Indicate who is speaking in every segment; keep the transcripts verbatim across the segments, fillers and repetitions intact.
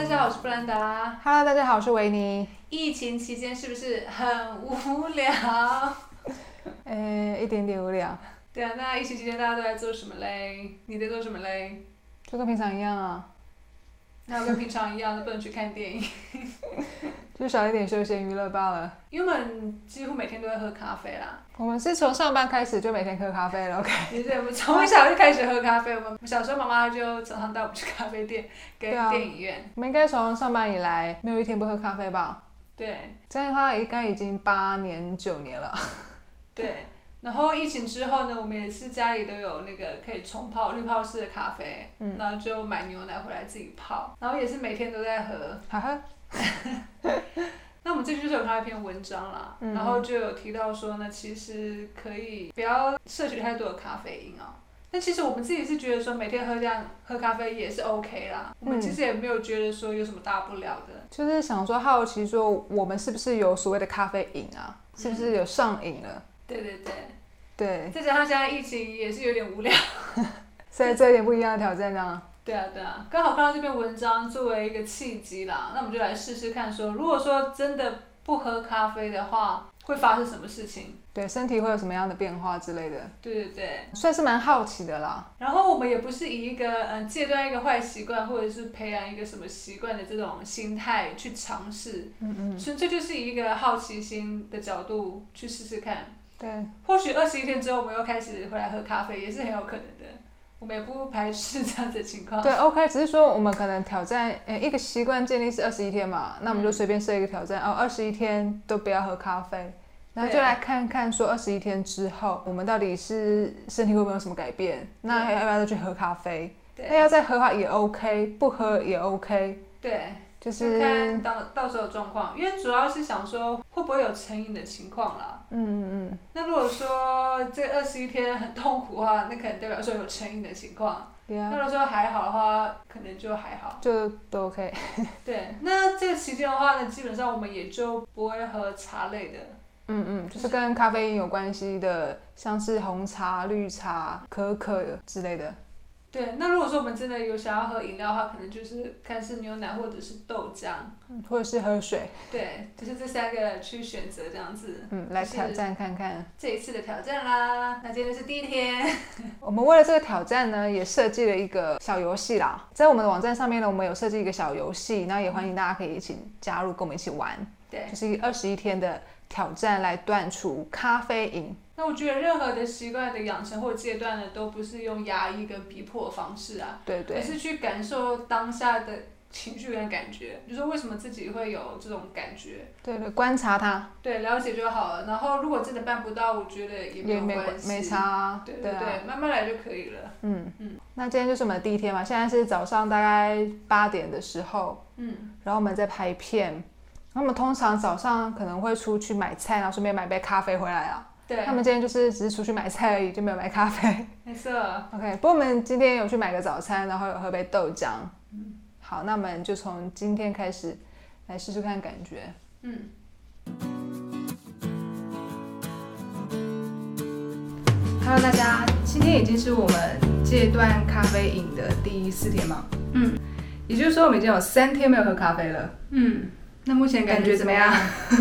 Speaker 1: 家好，我是布兰达。
Speaker 2: Hello， 大家好，我是维尼。
Speaker 1: 疫情期间是不是很无聊？
Speaker 2: 呃，一点点无聊。
Speaker 1: 对啊，那疫情期间大家都在做什么嘞？你在做什么嘞？
Speaker 2: 就跟平常一样啊。
Speaker 1: 那跟平常一样，都不能去看电影。
Speaker 2: 就少一点休闲娱乐罢了。
Speaker 1: 因为我们几乎每天都会喝咖啡啦。
Speaker 2: 我们是从上班开始就每天喝咖啡了 ，OK？
Speaker 1: 也是，我们从小就开始喝咖啡。我们小时候妈妈就常常带我们去咖啡店跟电影院。
Speaker 2: 啊、我们应该从上班以来没有一天不喝咖啡吧？
Speaker 1: 对。
Speaker 2: 这样的话应该已经八年九年了。
Speaker 1: 对。然后疫情之后呢，我们也是家里都有那个可以冲泡滤泡式的咖啡，嗯、然后就买牛奶回来自己泡，然后也是每天都在喝。
Speaker 2: 好喝。
Speaker 1: 那我们这就是有看到一篇文章啦，嗯、然后就有提到说呢，其实可以不要摄取太多的咖啡因啊。但其实我们自己是觉得说，每天喝这样喝咖啡也是 OK 啦。我们其实也没有觉得说有什么大不了的。嗯、
Speaker 2: 就是想说好奇说，我们是不是有所谓的咖啡瘾啊？是不是有上瘾了？
Speaker 1: 对对对。
Speaker 2: 对。
Speaker 1: 再加上现在疫情也是有点无聊。
Speaker 2: 所以这一点不一样的挑战呢？
Speaker 1: 对啊对啊，刚好看到这篇文章作为一个契机啦，那我们就来试试看说，如果说真的不喝咖啡的话，会发生什么事情？
Speaker 2: 对，身体会有什么样的变化之类的？
Speaker 1: 对对对，
Speaker 2: 算是蛮好奇的啦。
Speaker 1: 然后我们也不是以一个嗯戒断一个坏习惯，或者是培养一个什么习惯的这种心态去尝试，嗯嗯，纯粹就是以一个好奇心的角度去试试看。
Speaker 2: 对，
Speaker 1: 或许二十一天之后我们又开始回来喝咖啡，也是很有可能的。我们也不排斥这样子的情况。
Speaker 2: 对 ，OK， 只是说我们可能挑战，呃，一个习惯建立是二十一天嘛，那我们就随便设一个挑战，嗯、哦，二十一天都不要喝咖啡，然后就来看看说二十一天之后，我们到底是身体会不会有什么改变？那要不要再去喝咖啡？那要再喝的话也 OK， 不喝也 OK。
Speaker 1: 对。
Speaker 2: 就是
Speaker 1: 就看到到时候的状况，因为主要是想说会不会有成瘾的情况啦。嗯嗯嗯。那如果说这二十一天很痛苦的话，那可能代表说有成瘾的情况。Yeah. 那如果说还好的话，可能就还好。
Speaker 2: 就都 OK。
Speaker 1: 对，那这个期间的话呢，基本上我们也就不会喝茶类的。
Speaker 2: 嗯嗯，就是跟咖啡因有关系的，像是红茶、绿茶、可可之类的。
Speaker 1: 对，那如果说我们真的有想要喝饮料的话，可能就是看是牛奶或者是豆浆，
Speaker 2: 嗯、或者是喝水。
Speaker 1: 对，就是这三个去选择这样子。
Speaker 2: 嗯，来挑战看看。
Speaker 1: 这一次的挑战啦，那今天是第一天。
Speaker 2: 我们为了这个挑战呢，也设计了一个小游戏啦。在我们的网站上面呢，我们有设计一个小游戏，然后也欢迎大家可以一起加入，跟我们一起玩。
Speaker 1: 对，
Speaker 2: 就是二十一天的挑战来断除咖啡瘾。
Speaker 1: 那我觉得任何的习惯的养成或阶段呢，都不是用压抑跟逼迫的方式啊，
Speaker 2: 对对，
Speaker 1: 而是去感受当下的情绪跟感觉，就说为什么自己会有这种感觉。
Speaker 2: 对对，观察它。
Speaker 1: 对，了解就好了。然后如果真的办不到，我觉得也没有关系，
Speaker 2: 没差啊。
Speaker 1: 对对 对, 对，慢慢来就可以了。
Speaker 2: 嗯嗯。那今天就是我们的第一天嘛，现在是早上大概八点的时候，嗯，然后我们在拍片，然后我们通常早上可能会出去买菜，然后顺便买杯咖啡回来啊。
Speaker 1: 对，
Speaker 2: 他们今天就是只是出去买菜而已，就没有买咖啡。
Speaker 1: 没错。
Speaker 2: OK， 不过我们今天有去买个早餐，然后有喝杯豆浆。嗯，好，那我们就从今天开始来试试看感觉。嗯。Hello， 大家，今天已经是我们戒断咖啡瘾的第四天嘛？嗯。也就是说，我们已经有三天没有喝咖啡了。
Speaker 1: 嗯。那目前
Speaker 2: 感觉怎么样？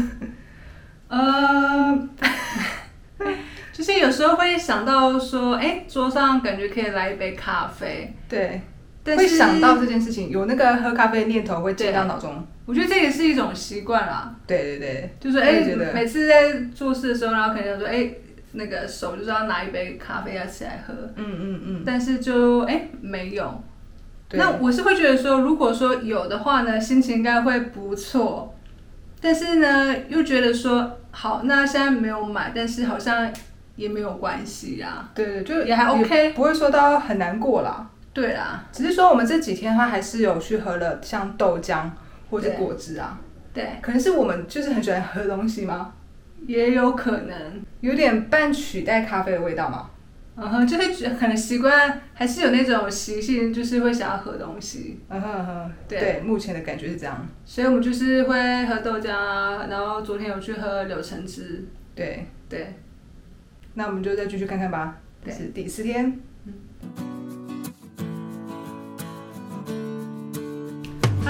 Speaker 1: 呃。就是有时候会想到说，哎，桌上感觉可以来一杯咖啡。
Speaker 2: 对，会想到这件事情，有那个喝咖啡的念头会进到脑中。
Speaker 1: 我觉得这也是一种习惯啦。
Speaker 2: 对对对，
Speaker 1: 就是哎，每次在做事的时候，然后可能想说，哎，那个手就是要拿一杯咖啡要起来喝。嗯嗯嗯。但是就哎没有。那我是会觉得说，如果说有的话呢，心情应该会不错。但是呢，又觉得说，好，那现在没有买，但是好像也没有关系啦。
Speaker 2: 对对，就
Speaker 1: 也还 OK，
Speaker 2: 不会说到很难过啦。
Speaker 1: 对啦，
Speaker 2: 只是说我们这几天他还是有去喝了像豆浆或者果汁啊。
Speaker 1: 对。
Speaker 2: 可能是我们就是很喜欢喝东西吗？
Speaker 1: 也有可能，
Speaker 2: 有点半取代咖啡的味道吗？
Speaker 1: 嗯哼，就会可能习惯，还是有那种习性，就是会想要喝东西。
Speaker 2: 嗯哼哼，对，对，目前的感觉是这样。
Speaker 1: 所以我们就是会喝豆浆啊，然后昨天有去喝柳橙汁。
Speaker 2: 对
Speaker 1: 对，
Speaker 2: 那我们就再继续看看吧。这是第四天。嗯。
Speaker 1: Hello，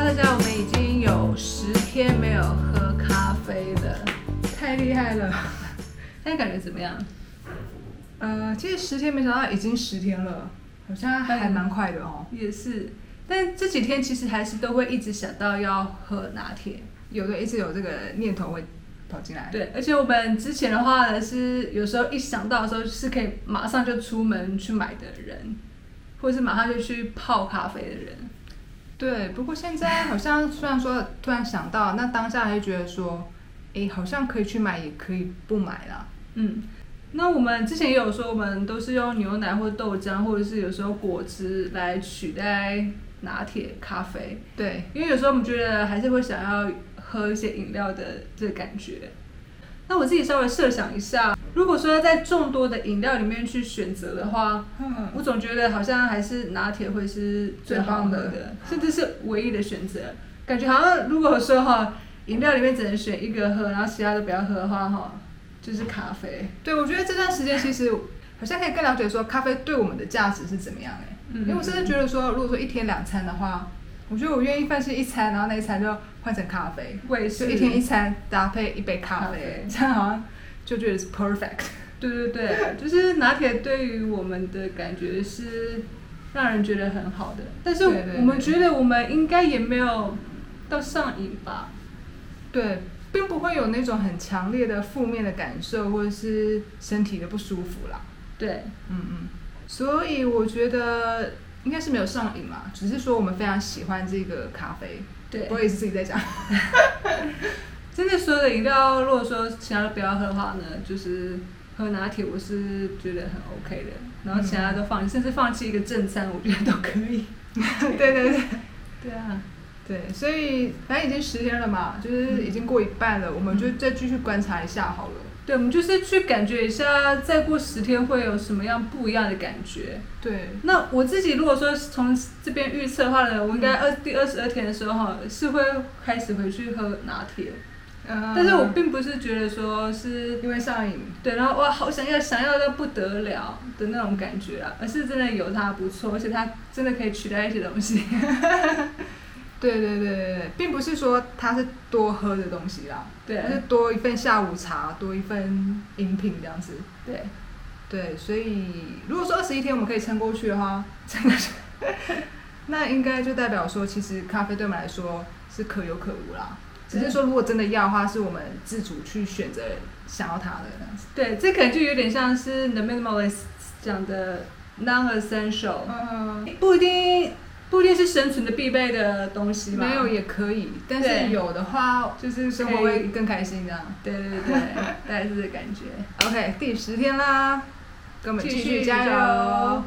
Speaker 1: 大家，我们已经有十天没有喝咖啡了，太厉害了！现在感觉怎么样？
Speaker 2: 呃，其实十天没想到已经十天了，好像还蛮快的哦。
Speaker 1: 也是，但这几天其实还是都会一直想到要喝拿铁，
Speaker 2: 有的一直有这个念头会跑进来。
Speaker 1: 对，而且我们之前的话呢，是有时候一想到的时候，是可以马上就出门去买的人，或者是马上就去泡咖啡的人。
Speaker 2: 对，不过现在好像虽然说突然想到，那当下还觉得说，哎，好像可以去买，也可以不买啦。
Speaker 1: 嗯，那我们之前也有说，我们都是用牛奶或豆浆，或者是有时候果汁来取代拿铁、咖啡。
Speaker 2: 对，
Speaker 1: 因为有时候我们觉得还是会想要喝一些饮料的这个感觉。那我自己稍微设想一下，如果说在众多的饮料里面去选择的话，嗯，我总觉得好像还是拿铁会是最棒的，的甚至是唯一的选择。感觉好像如果说哈，饮料里面只能选一个喝，然后其他都不要喝的话，哈，就是咖啡。
Speaker 2: 对，我觉得这段时间其实好像可以更了解说咖啡对我们的价值是怎么样哎、欸嗯，因为我真的觉得说，如果说一天两餐的话。我觉得我愿意放弃一餐，然后那一餐就换成咖啡，
Speaker 1: 我也是，
Speaker 2: 就一天一餐搭配一杯咖啡，这样好像就觉得是 perfect。
Speaker 1: 对对对，就是拿铁对于我们的感觉是让人觉得很好的，但是我们觉得我们应该也没有到上瘾吧？
Speaker 2: 对，并不会有那种很强烈的负面的感受，或者是身体的不舒服啦。
Speaker 1: 对，
Speaker 2: 嗯嗯，所以我觉得。应该是没有上瘾嘛，只是说我们非常喜欢这个咖啡。
Speaker 1: 对，
Speaker 2: 我也是自己在讲。
Speaker 1: 真的，所有的饮料，如果说其他的不要喝的话呢，就是喝拿铁，我是觉得很 OK 的。然后其他都放，嗯、甚至放弃一个正餐，我觉得都可以。
Speaker 2: 对对对，
Speaker 1: 对啊，
Speaker 2: 对，所以反正已经十天了嘛，就是已经过一半了，嗯、我们就再继续观察一下好了。
Speaker 1: 对，我们就是去感觉一下，再过十天会有什么样不一样的感觉。
Speaker 2: 对，
Speaker 1: 那我自己如果说从这边预测的话呢，我应该二、嗯、第二十二天的时候哈，是会开始回去喝拿铁。嗯。但是我并不是觉得说是
Speaker 2: 因为上瘾，
Speaker 1: 对，然后哇好想要想要到不得了的那种感觉啊，而是真的有它不错，而且它真的可以取代一些东西。
Speaker 2: 对对对对对，并不是说它是多喝的东西啦，
Speaker 1: 对，
Speaker 2: 它是多一份下午茶，多一份饮品这样子。
Speaker 1: 对，
Speaker 2: 对，所以如果说二十一天我们可以撑过去的话，真的是，那应该就代表说，其实咖啡对我们来说是可有可无啦。只是说，如果真的要的话，是我们自主去选择想要它的这样子。
Speaker 1: 对，这可能就有点像是 The Minimalist 讲的 non-essential，嗯，不一定。不一定是生存的必备的东西嘛，
Speaker 2: 没有也可以，但是有的话，就是生活会更开心这样。
Speaker 1: 对对对，大概是这个感觉。
Speaker 2: OK， 第十天啦，跟我们继续加油。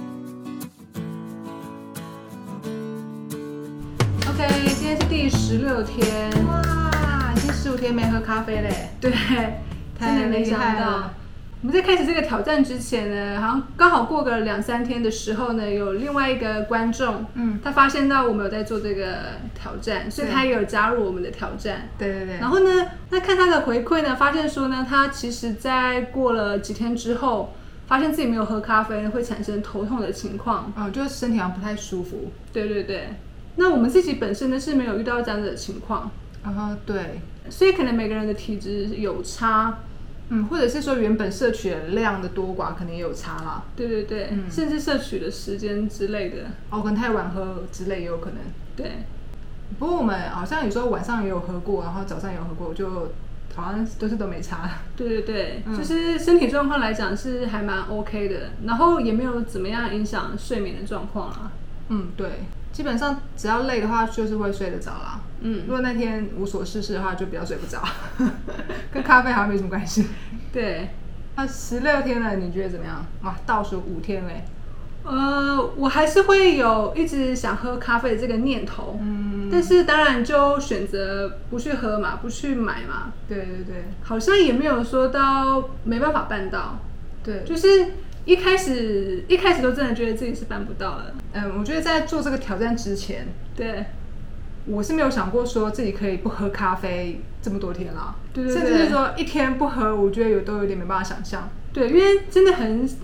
Speaker 1: OK， 今天是第十六天，
Speaker 2: 哇，已经十五天没喝咖啡嘞。
Speaker 1: 对，太没想到。我们在开始这个挑战之前呢，好像刚好过个两三天的时候呢，有另外一个观众，嗯，他发现到我们有在做这个挑战，所以他也有加入我们的挑战。
Speaker 2: 对对对。
Speaker 1: 然后呢，那看他的回馈呢，发现说呢，他其实在过了几天之后，发现自己没有喝咖啡会产生头痛的情况，
Speaker 2: 哦，就是身体好像不太舒服。
Speaker 1: 对对对。那我们自己本身呢是没有遇到这样的情况。
Speaker 2: 啊，对。
Speaker 1: 所以可能每个人的体质有差。
Speaker 2: 嗯，或者是说原本摄取的量的多寡可能也有差啦。
Speaker 1: 对对对，嗯、甚至摄取的时间之类的，
Speaker 2: 哦，可能太晚喝之类也有可能。
Speaker 1: 对，
Speaker 2: 不过我们好像有时候晚上也有喝过，然后早上也有喝过，就好像都是都没差。
Speaker 1: 对对对，嗯、就是身体状况来讲是还蛮 OK 的，然后也没有怎么样影响睡眠的状况啦。
Speaker 2: 嗯，对，基本上只要累的话就是会睡得着啦。嗯，如果那天无所事事的话，就比较睡不着，跟咖啡好像没什么关系。
Speaker 1: 对，
Speaker 2: 那十六天了，你觉得怎么样？哇，倒数五天嘞。
Speaker 1: 呃，我还是会有一直想喝咖啡的这个念头，嗯，但是当然就选择不去喝嘛，不去买嘛。
Speaker 2: 对对对，
Speaker 1: 好像也没有说到没办法办到。
Speaker 2: 对，
Speaker 1: 就是一开始一开始都真的觉得自己是办不到的。
Speaker 2: 嗯，我觉得在做这个挑战之前，
Speaker 1: 对。
Speaker 2: 我是没有想过说自己可以不喝咖啡这么多天啦，
Speaker 1: 对对对，
Speaker 2: 甚至是说一天不喝，我觉得有都有点没办法想象。
Speaker 1: 对，因为真的很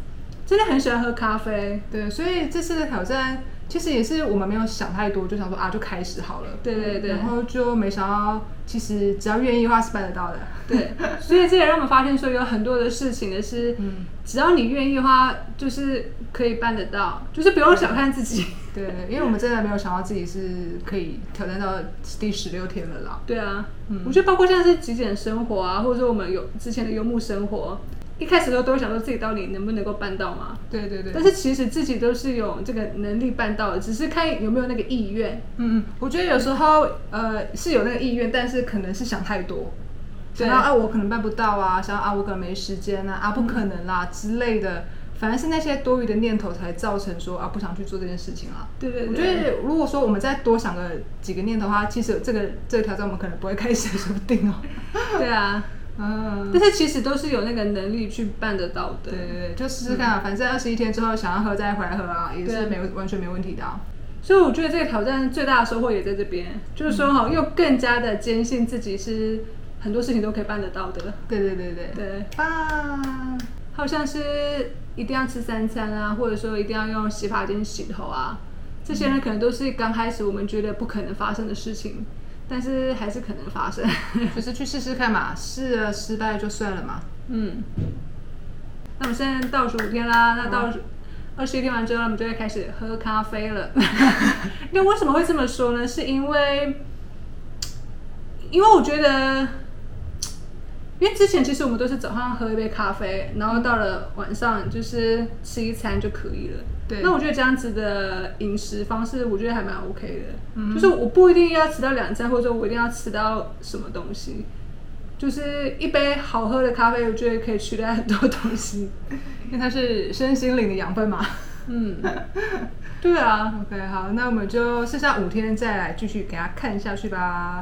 Speaker 1: 真的很喜欢喝咖啡。
Speaker 2: 对，所以这次的挑战其实也是我们没有想太多，就想说啊，就开始好了。
Speaker 1: 对对对。
Speaker 2: 然后就没想到，其实只要愿意的话是办得到的。
Speaker 1: 对，所以这也让我们发现说，有很多的事情呢是，嗯、只要你愿意的话，就是可以办得到，就是不用小看自己。
Speaker 2: 对对，因为我们真的没有想到自己是可以挑战到第十六天了啦。
Speaker 1: 对啊，嗯，我觉得包括像是极简生活啊，或者说我们有之前的游牧生活。一开始都都会想说自己到底能不能够办到嘛？
Speaker 2: 对对对。
Speaker 1: 但是其实自己都是有这个能力办到的，只是看有没有那个意愿。
Speaker 2: 嗯嗯，我觉得有时候呃是有那个意愿，但是可能是想太多，想到啊我可能办不到啊，想到啊我可能没时间啊，啊不可能啦、嗯、之类的，反而是那些多余的念头才造成说啊不想去做这件事情啊。
Speaker 1: 对对对。
Speaker 2: 我觉得如果说我们再多想个几个念头的话，其实这个这个挑战我们可能不会开始，说不定哦。
Speaker 1: 对啊。嗯，但是其实都是有那个能力去办得到的。
Speaker 2: 对对对，就试试看啊，嗯、反正二十一天之后想要喝再回来喝啊，也是没有完全没问题的、啊。
Speaker 1: 所以我觉得这个挑战最大的收获也在这边，就是说哈，又更加的坚信自己是很多事情都可以办得到的。
Speaker 2: 对对对对
Speaker 1: 对啊，好像是一定要吃三餐啊，或者说一定要用洗发精洗头啊，这些呢可能都是刚开始我们觉得不可能发生的事情。但是还是可能发生，
Speaker 2: 就是去试试看嘛，试了失败就算了嘛。
Speaker 1: 嗯。那我们现在倒数五天啦，那倒数二十一天完之后，我们就会开始喝咖啡了。那为什么会这么说呢？是因为，因为我觉得，因为之前其实我们都是早上喝一杯咖啡，然后到了晚上就是吃一餐就可以了。对，那我觉得这样子的饮食方式，我觉得还蛮 OK 的。嗯，就是我不一定要吃到两餐，或者我一定要吃到什么东西，就是一杯好喝的咖啡，我觉得可以取代很多东西，
Speaker 2: 因为它是身心灵的养分嘛。
Speaker 1: 嗯，对啊。
Speaker 2: OK， 好，那我们就剩下五天再来继续给大家看下去吧。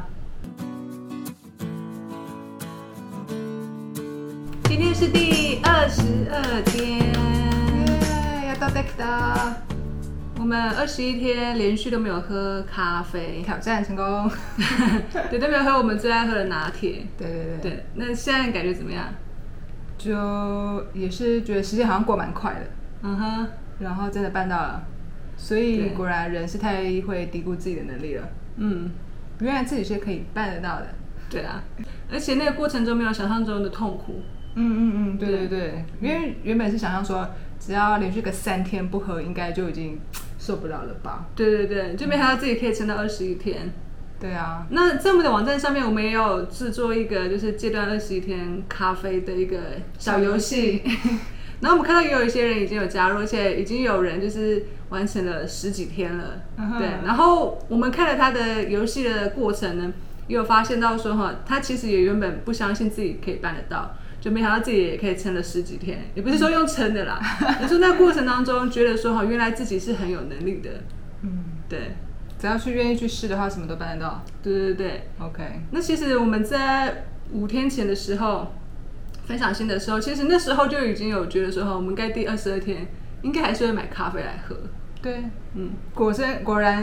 Speaker 1: 今天是第二十二天。
Speaker 2: 到 deck 的，
Speaker 1: 我们二十一天连续都没有喝咖啡，
Speaker 2: 挑战成功。
Speaker 1: 对，都没有喝我们最爱喝的拿铁。
Speaker 2: 对对对。
Speaker 1: 对，那现在感觉怎么样？
Speaker 2: 就也是觉得时间好像过蛮快的。
Speaker 1: 嗯哼。
Speaker 2: 然后真的办到了，所以果然人是太会低估自己的能力了。嗯。原来自己是可以办得到的。
Speaker 1: 对啊，而且那个过程中没有想象中的痛苦。
Speaker 2: 嗯嗯嗯，对对对，因为原本是想象说，只要连续个三天不喝，应该就已经受不了了吧？
Speaker 1: 对对对，就没想到自己可以撑到二十一天。
Speaker 2: 对啊，
Speaker 1: 那在我们的网站上面，我们也有制作一个就是戒断二十一天咖啡的一个小游戏。然后我们看到也有一些人已经有加入，而且已经有人就是完成了十几天了。嗯、对，然后我们看了他的游戏的过程呢，也有发现到说哈，他其实也原本不相信自己可以办得到。就没想到自己也可以撑了十几天，也不是说用撑的啦，而是在过程当中觉得说哈，原来自己是很有能力的。嗯，对，
Speaker 2: 只要去愿意去试的话，什么都办得到。
Speaker 1: 对对对
Speaker 2: ，OK。
Speaker 1: 那其实我们在五天前的时候分享心的时候，其实那时候就已经有觉得说哈，我们应该第二十二天应该还是会买咖啡来喝。
Speaker 2: 对，嗯，果真果然。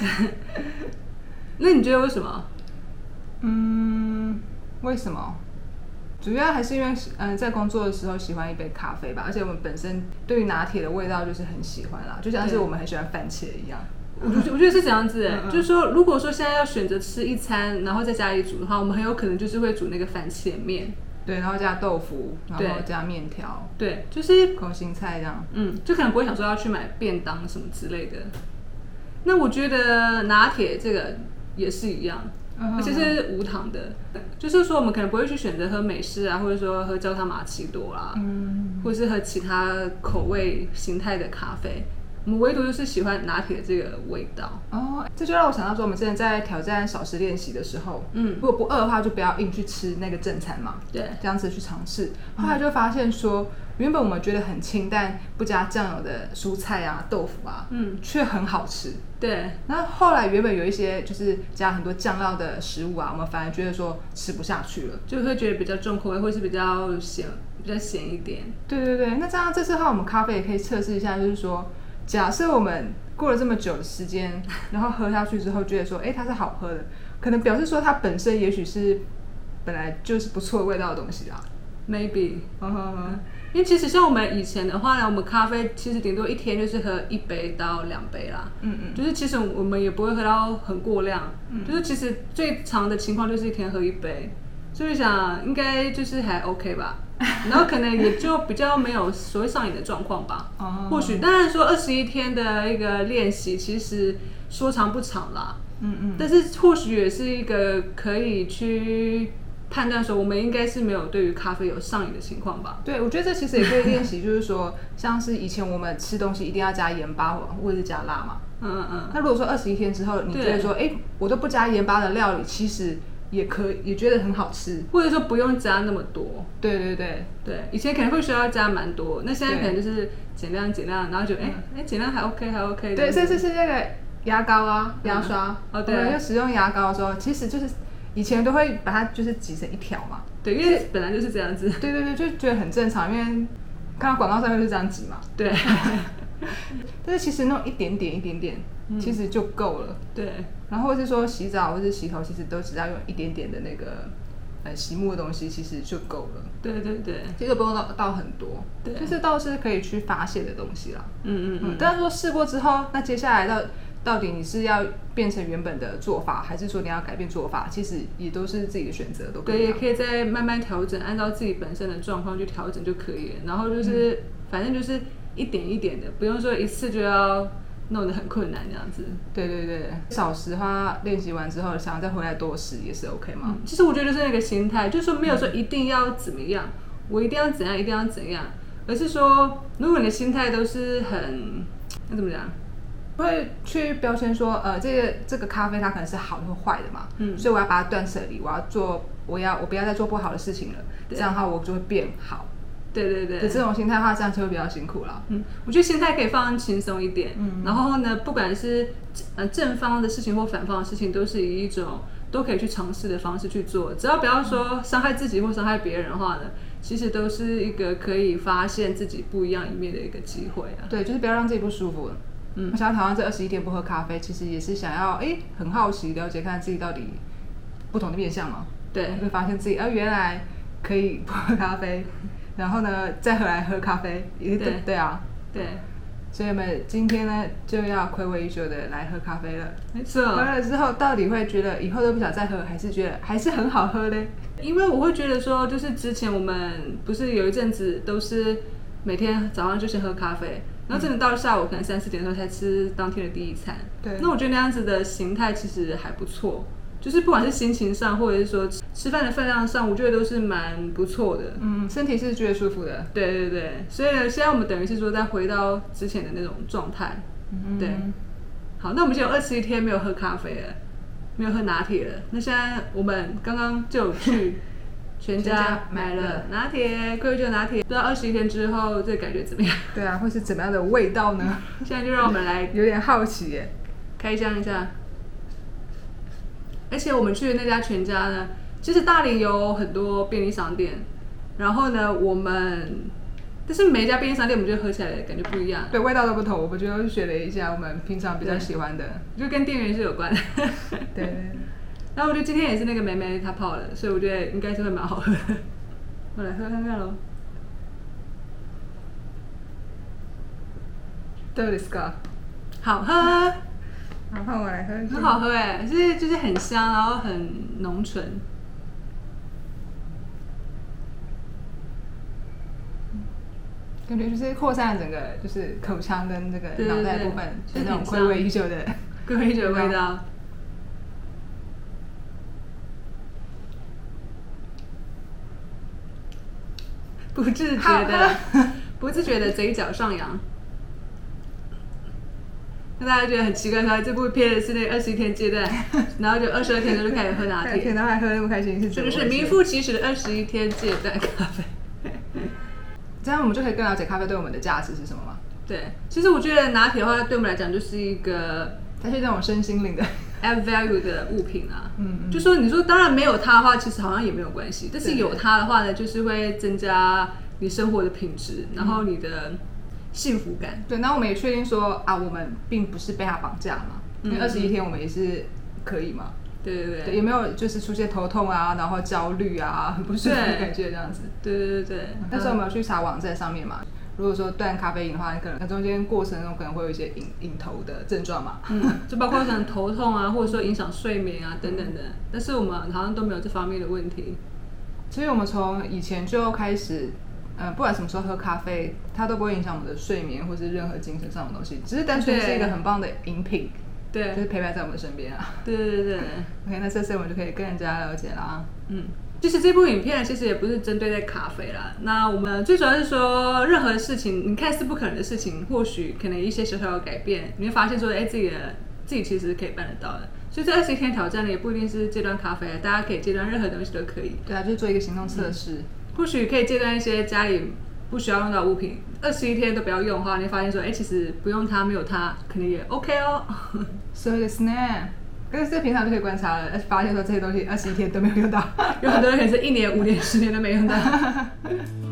Speaker 1: 那你觉得为什么？
Speaker 2: 嗯，为什么？主要还是因为，嗯、呃，在工作的时候喜欢一杯咖啡吧，而且我们本身对于拿铁的味道就是很喜欢啦，就像是我们很喜欢番茄一样。
Speaker 1: 我觉得我觉得是这样子哎、欸，就是说，如果说现在要选择吃一餐，然后在家里煮的话，我们很有可能就是会煮那个番茄面，
Speaker 2: 对，然后加豆腐，然后加面条，
Speaker 1: 对，就是
Speaker 2: 空心菜这样，
Speaker 1: 嗯，就可能不会想说要去买便当什么之类的。那我觉得拿铁这个也是一样。而且是无糖的，就是说我们可能不会去选择喝美式啊，或者说喝焦糖玛奇朵啦，嗯，或者是喝其他口味形态的咖啡。我们唯独就是喜欢拿铁的这个味道。
Speaker 2: 哦，这就让我想到说，我们之前在挑战少食练习的时候，嗯，如果不饿的话，就不要硬去吃那个正餐嘛，
Speaker 1: 对，
Speaker 2: 这样子去尝试。后来就发现说，原本我们觉得很清淡、不加酱油的蔬菜啊、豆腐啊，嗯，却很好吃。
Speaker 1: 对，
Speaker 2: 那后来原本有一些就是加很多酱料的食物啊，我们反而觉得说吃不下去了，
Speaker 1: 就会觉得比较重口味，或是比较咸，比较咸一点。
Speaker 2: 对对对，那这样这次的话，我们咖啡也可以测试一下，就是说，假设我们过了这么久的时间，然后喝下去之后，觉得说，哎，它是好喝的，可能表示说它本身也许是本来就是不错的味道的东西啦。
Speaker 1: Maybe，
Speaker 2: 嗯哼哼，
Speaker 1: 因为其实像我们以前的话呢，我们咖啡其实顶多一天就是喝一杯到两杯啦。嗯嗯。就是其实我们也不会喝到很过量，嗯、就是其实最长的情况就是一天喝一杯，所以想应该就是还 OK 吧。然后可能也就比较没有所谓上瘾的状况吧。哦。或许当然说二十一天的一个练习，其实说长不长啦。嗯嗯。但是或许也是一个可以去判断说，我们应该是没有对于咖啡有上瘾的情况吧？
Speaker 2: 对，我觉得这其实也可以练习，就是说，像是以前我们吃东西一定要加盐巴或者是加辣嘛。嗯嗯嗯。那如果说二十一天之后，你觉得说，哎，我都不加盐巴的料理，其实也可以，也觉得很好吃，
Speaker 1: 或者说不用加那么多。
Speaker 2: 对对对
Speaker 1: 对，以前可能会需要加蛮多，那现在可能就是减量减量，然后就哎哎减量还 OK 还 OK。
Speaker 2: 对，甚至是那个牙膏啊、牙刷，哦对，我们就使用牙膏的时候，其实就是以前都会把它就是挤成一条嘛。
Speaker 1: 对，因为本来就是这样子。
Speaker 2: 对对对，就觉得很正常，因为看到广告上面就是这样挤嘛。
Speaker 1: 对。
Speaker 2: 但是其实那种一点点一点点，嗯、其实就够了。
Speaker 1: 对。
Speaker 2: 然后或是说洗澡或是洗头，其实都只要用一点点的那个呃洗沐的东西，其实就够了。
Speaker 1: 对对对。
Speaker 2: 其实不用到到很多。对。就是倒是可以去发泄的东西啦。嗯嗯嗯。但是说试过之后，那接下来到。到底你是要变成原本的做法，还是说你要改变做法？其实也都是自己的选择，都可以。
Speaker 1: 对，也可以再慢慢调整，按照自己本身的状况去调整就可以了。然后就是，嗯、反正就是一点一点的，不用说一次就要弄得很困难这样子。
Speaker 2: 对对对，少时花练习完之后，想要再回来多时也是 OK 吗？
Speaker 1: 嗯、其实我觉得就是那个心态，就是说没有说一定要怎么样，我一定要怎样，一定要怎样，而是说，如果你的心态都是很，那怎么讲？
Speaker 2: 会去标签说，呃，这个这个咖啡它可能是好的或坏的嘛，嗯，所以我要把它断舍离，我要做，我要我不要再做不好的事情了，这样的话我就会变好。
Speaker 1: 对对对，
Speaker 2: 这种心态的话，这样就会比较辛苦了。
Speaker 1: 嗯，我觉得心态可以放轻松一点，嗯，然后呢，不管是呃正方的事情或反方的事情，都是以一种都可以去尝试的方式去做，只要不要说伤害自己或伤害别人的话呢，其实都是一个可以发现自己不一样一面的一个机会啊。
Speaker 2: 对，就是不要让自己不舒服。嗯，我想要挑战这二十一天不喝咖啡，其实也是想要哎，很好奇了解看自己到底不同的面向嘛。
Speaker 1: 对，
Speaker 2: 会发现自己啊原来可以不喝咖啡，然后呢再回来喝咖啡，对对啊，
Speaker 1: 对。
Speaker 2: 所以我们今天呢就要睽违已久的来喝咖啡了。
Speaker 1: 没错。
Speaker 2: 喝了之后到底会觉得以后都不想再喝，还是觉得还是很好喝嘞？
Speaker 1: 因为我会觉得说，就是之前我们不是有一阵子都是每天早上就先喝咖啡。然后真的到下午可能三四点的时候才吃当天的第一餐，对。那我觉得那样子的形态其实还不错，就是不管是心情上，或者是说吃饭的分量上，我觉得都是蛮不错的。
Speaker 2: 嗯，身体是觉得舒服的。
Speaker 1: 对对对，所以呢，现在我们等于是说再回到之前的那种状态。嗯，对。好，那我们现在有二十一天没有喝咖啡了，没有喝拿铁了。那现在我们刚刚就有去全家买了拿铁，睽违已久拿铁，不知道二十一天之后这个感觉怎么样？
Speaker 2: 对啊，会是怎么样的味道呢？
Speaker 1: 现在就让我们来
Speaker 2: 有点好奇耶，
Speaker 1: 开箱一下。而且我们去的那家全家呢，其实大林有很多便利商店，然后呢，我们但是每一家便利商店我们觉得喝起来的感觉不一样，
Speaker 2: 对，味道都不同。我们就选了一下我们平常比较喜欢的，
Speaker 1: 就跟店员是有关的。
Speaker 2: 对对。
Speaker 1: 然后我觉得今天也是那个梅梅她泡的，所以我觉得应该是会蛮好喝的。我来喝看看咯。
Speaker 2: どうですか？
Speaker 1: 好喝。
Speaker 2: 好，换我来喝。
Speaker 1: 很好喝哎，就是就是很香，然后很浓醇。
Speaker 2: 感觉就是扩散整个就是口腔跟这个脑袋部分，是那种睽违已久的
Speaker 1: 睽违已久的味道。不自觉的，不自觉的嘴角上扬。那大家觉得很奇怪，说这部片是那二十一天阶段，然后就二十二天就开始喝拿铁，
Speaker 2: 然后还喝那么开心，是
Speaker 1: 这就是名副其实的二十一天阶段咖啡。
Speaker 2: 这样我们就可以更了解咖啡对我们的价值是什么吗？
Speaker 1: 对，其实我觉得拿铁的话，对我们来讲就是一个，
Speaker 2: 它是那种身心灵的
Speaker 1: add value 的物品啊。嗯嗯。就说你说当然没有它的话，其实好像也没有关系，但是有它的话呢，就是会增加你生活的品质，然后你的幸福感。
Speaker 2: 对，那我们也确定说啊，我们并不是被它绑架嘛，因为二十一天我们也是可以嘛。
Speaker 1: 对对对，
Speaker 2: 对有没有就是出现头痛啊，然后焦虑啊，很不舒服的感觉这样子？
Speaker 1: 对对对。
Speaker 2: 那时候我们有去查网站上面嘛？如果说断咖啡因的话，可能中间过程中可能会有一些引引头的症状嘛，
Speaker 1: 嗯，就包括可能头痛啊，或者说影响睡眠啊等等的。但是我们好像都没有这方面的问题。
Speaker 2: 其实我们从以前就开始，呃，不管什么时候喝咖啡，它都不会影响我们的睡眠或是任何精神上的东西，只是单纯是一个很棒的饮品，
Speaker 1: 对，
Speaker 2: 就是陪伴在我们身边啊。
Speaker 1: 对对对。
Speaker 2: OK， 那这次我们就可以更加了解啦。
Speaker 1: 嗯。其实这部影片其实也不是针对在咖啡啦，那我们最主要是说任何事情，你看似不可能的事情，或许可能一些小小的改变，你会发现说，哎，自己的自己其实是可以办得到的。所以这二十一天挑战呢，也不一定是戒断咖啡，大家可以戒断任何东西都可以。
Speaker 2: 对啊，就是做一个行动测试、嗯，
Speaker 1: 或许可以戒断一些家里不需要用到的物品，二十一天都不要用的话，你会发现说，哎，其实不用它，没有它，可能也 OK 哦。
Speaker 2: そうですね。可是这平常就可以观察了，发现说这些东西二十一天都没有用到，
Speaker 1: 有很多人可能是一年、五年、十年都没用到。